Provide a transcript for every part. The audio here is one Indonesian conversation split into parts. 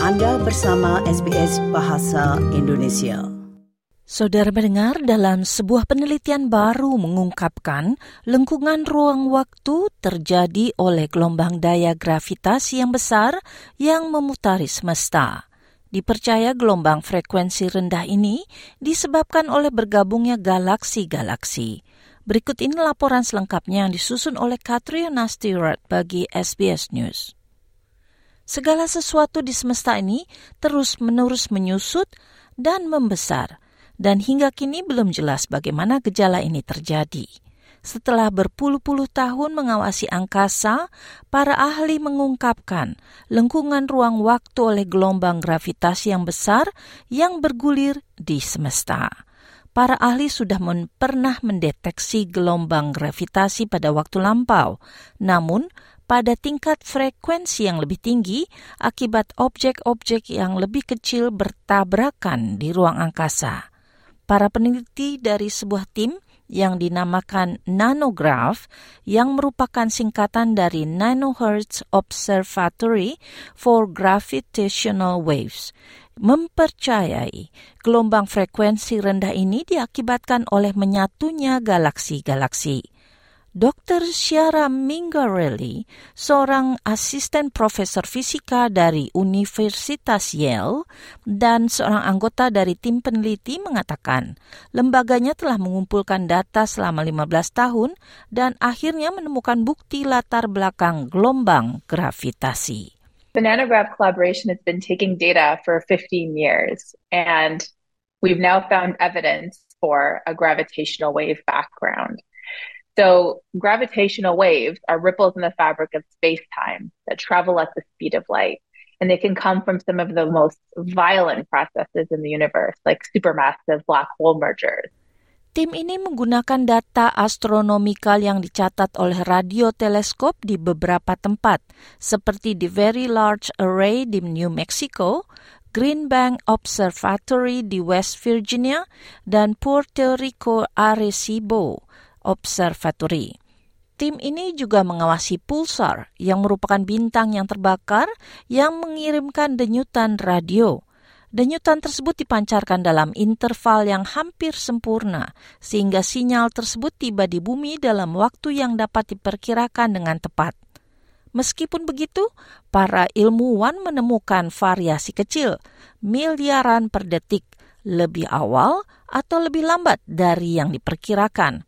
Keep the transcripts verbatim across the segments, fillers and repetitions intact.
Anda bersama S B S Bahasa Indonesia. Saudara mendengar, dalam sebuah penelitian baru mengungkapkan lengkungan ruang waktu terjadi oleh gelombang daya gravitasi yang besar yang memutari semesta. Dipercaya gelombang frekuensi rendah ini disebabkan oleh bergabungnya galaksi-galaksi. Berikut ini laporan selengkapnya yang disusun oleh Katriona Stewart bagi S B S News. Segala sesuatu di semesta ini terus-menerus menyusut dan membesar, dan hingga kini belum jelas bagaimana gejala ini terjadi. Setelah berpuluh-puluh tahun mengawasi angkasa, para ahli mengungkapkan lengkungan ruang waktu oleh gelombang gravitasi yang besar yang bergulir di semesta. Para ahli sudah men- pernah mendeteksi gelombang gravitasi pada waktu lampau, namun pada tingkat frekuensi yang lebih tinggi akibat objek-objek yang lebih kecil bertabrakan di ruang angkasa. Para peneliti dari sebuah tim yang dinamakan Nanograph, yang merupakan singkatan dari Nanohertz Observatory for Gravitational Waves, mempercayai gelombang frekuensi rendah ini diakibatkan oleh menyatunya galaksi-galaksi. Doktor Ciara Mingarelli, seorang asisten profesor fisika dari Universitas Yale dan seorang anggota dari tim peneliti, mengatakan lembaganya telah mengumpulkan data selama lima belas tahun dan akhirnya menemukan bukti latar belakang gelombang gravitasi. The Nanograph collaboration has been taking data for fifteen years, and we've now found evidence for a gravitational wave background. So gravitational waves are ripples in the fabric of space-time that travel at the speed of light. And they can come from some of the most violent processes in the universe, like supermassive black hole mergers. Tim ini menggunakan data astronomikal yang dicatat oleh radioteleskop di beberapa tempat, seperti di Very Large Array di New Mexico, Green Bank Observatory di West Virginia, dan Puerto Rico Arecibo Observatory. Tim ini juga mengawasi pulsar yang merupakan bintang yang terbakar yang mengirimkan denyutan radio. Denyutan tersebut dipancarkan dalam interval yang hampir sempurna, sehingga sinyal tersebut tiba di bumi dalam waktu yang dapat diperkirakan dengan tepat. Meskipun begitu, para ilmuwan menemukan variasi kecil, miliaran per detik, lebih awal atau lebih lambat dari yang diperkirakan.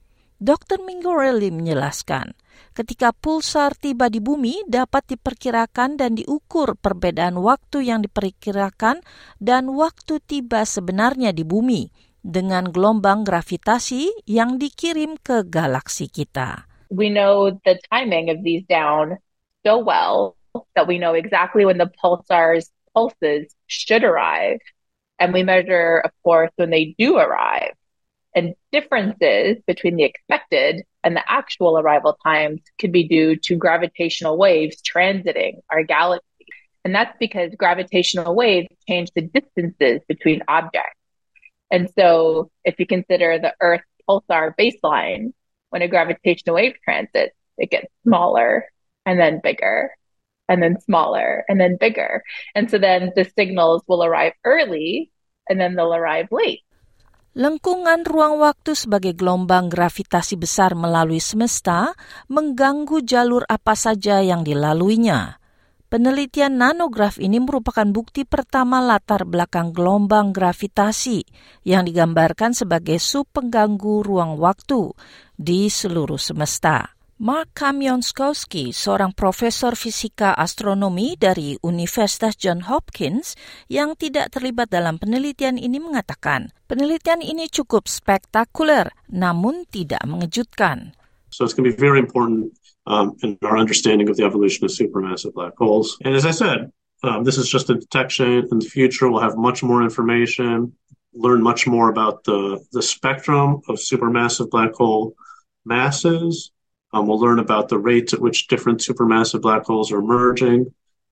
Doktor Mingarelli menjelaskan, ketika pulsar tiba di bumi dapat diperkirakan dan diukur perbedaan waktu yang diperkirakan dan waktu tiba sebenarnya di bumi dengan gelombang gravitasi yang dikirim ke galaksi kita. We know the timing of these down so well that we know exactly when the pulsar's pulses should arrive, and we measure, of course, when they do arrive. And differences between the expected and the actual arrival times could be due to gravitational waves transiting our galaxy. And that's because gravitational waves change the distances between objects. And so if you consider the Earth's pulsar baseline, when a gravitational wave transits, it gets smaller and then bigger and then smaller and then bigger. And so then the signals will arrive early and then they'll arrive late. Lengkungan ruang waktu sebagai gelombang gravitasi besar melalui semesta mengganggu jalur apa saja yang dilaluinya. Penelitian Nanograph ini merupakan bukti pertama latar belakang gelombang gravitasi yang digambarkan sebagai sub pengganggu ruang waktu di seluruh semesta. Mark Kamionskowski, seorang profesor fisika astronomi dari Universitas Johns Hopkins yang tidak terlibat dalam penelitian ini, mengatakan penelitian ini cukup spektakuler namun tidak mengejutkan. So it's going to be very important um, in our understanding of the evolution of supermassive black holes. And as I said, um, this is just a detection. In the future, we'll have much more information, learn much more about the, the spectrum of supermassive black hole masses. Um, we'll learn about the rates at which different supermassive black holes are merging.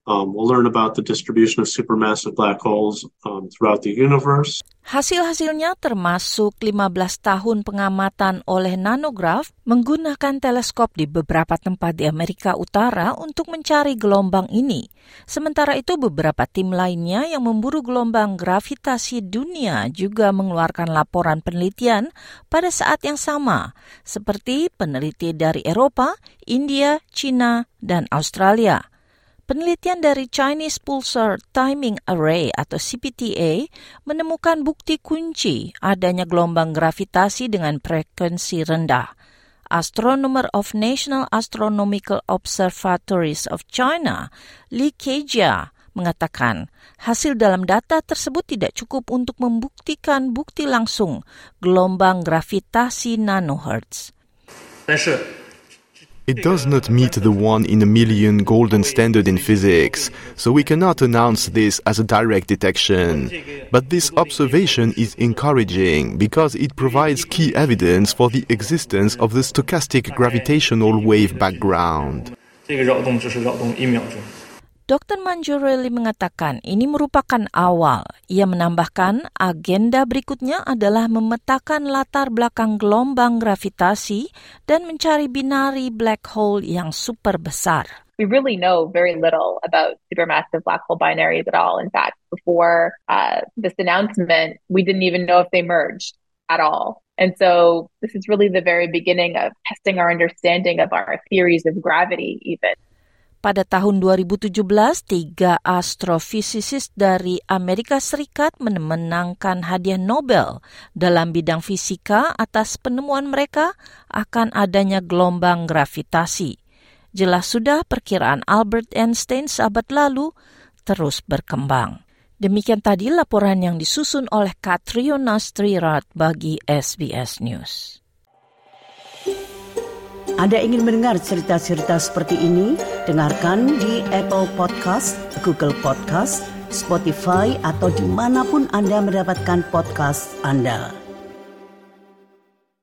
Um, we'll learn about the distribution of supermassive black holes um, throughout the universe. Hasil-hasilnya termasuk lima belas tahun pengamatan oleh nanograf menggunakan teleskop di beberapa tempat di Amerika Utara untuk mencari gelombang ini. Sementara itu beberapa tim lainnya yang memburu gelombang gravitasi dunia juga mengeluarkan laporan penelitian pada saat yang sama, seperti peneliti dari Eropa, India, China, dan Australia. Penelitian dari Chinese Pulsar Timing Array atau C P T A menemukan bukti kunci adanya gelombang gravitasi dengan frekuensi rendah. Astronomer of National Astronomical Observatories of China, Li Kejia, mengatakan hasil dalam data tersebut tidak cukup untuk membuktikan bukti langsung gelombang gravitasi nanohertz. It does not meet the one in a million golden standard in physics, so we cannot announce this as a direct detection. But this observation is encouraging because it provides key evidence for the existence of the stochastic gravitational wave background. Doktor Mangiarelli mengatakan ini merupakan awal. Ia menambahkan agenda berikutnya adalah memetakan latar belakang gelombang gravitasi dan mencari binari black hole yang super besar. We really know very little about supermassive black hole binaries at all. In fact, before uh, this announcement, we didn't even know if they merged at all. And so this is really the very beginning of testing our understanding of our theories of gravity even. Pada tahun dua ribu tujuh belas, tiga astrofisikis dari Amerika Serikat memenangkan hadiah Nobel dalam bidang fisika atas penemuan mereka akan adanya gelombang gravitasi. Jelas sudah perkiraan Albert Einstein seabad lalu terus berkembang. Demikian tadi laporan yang disusun oleh Katriona Strirat bagi S B S News. Anda ingin mendengar cerita-cerita seperti ini? Dengarkan di Apple Podcast, Google Podcast, Spotify, atau dimanapun Anda mendapatkan podcast Anda.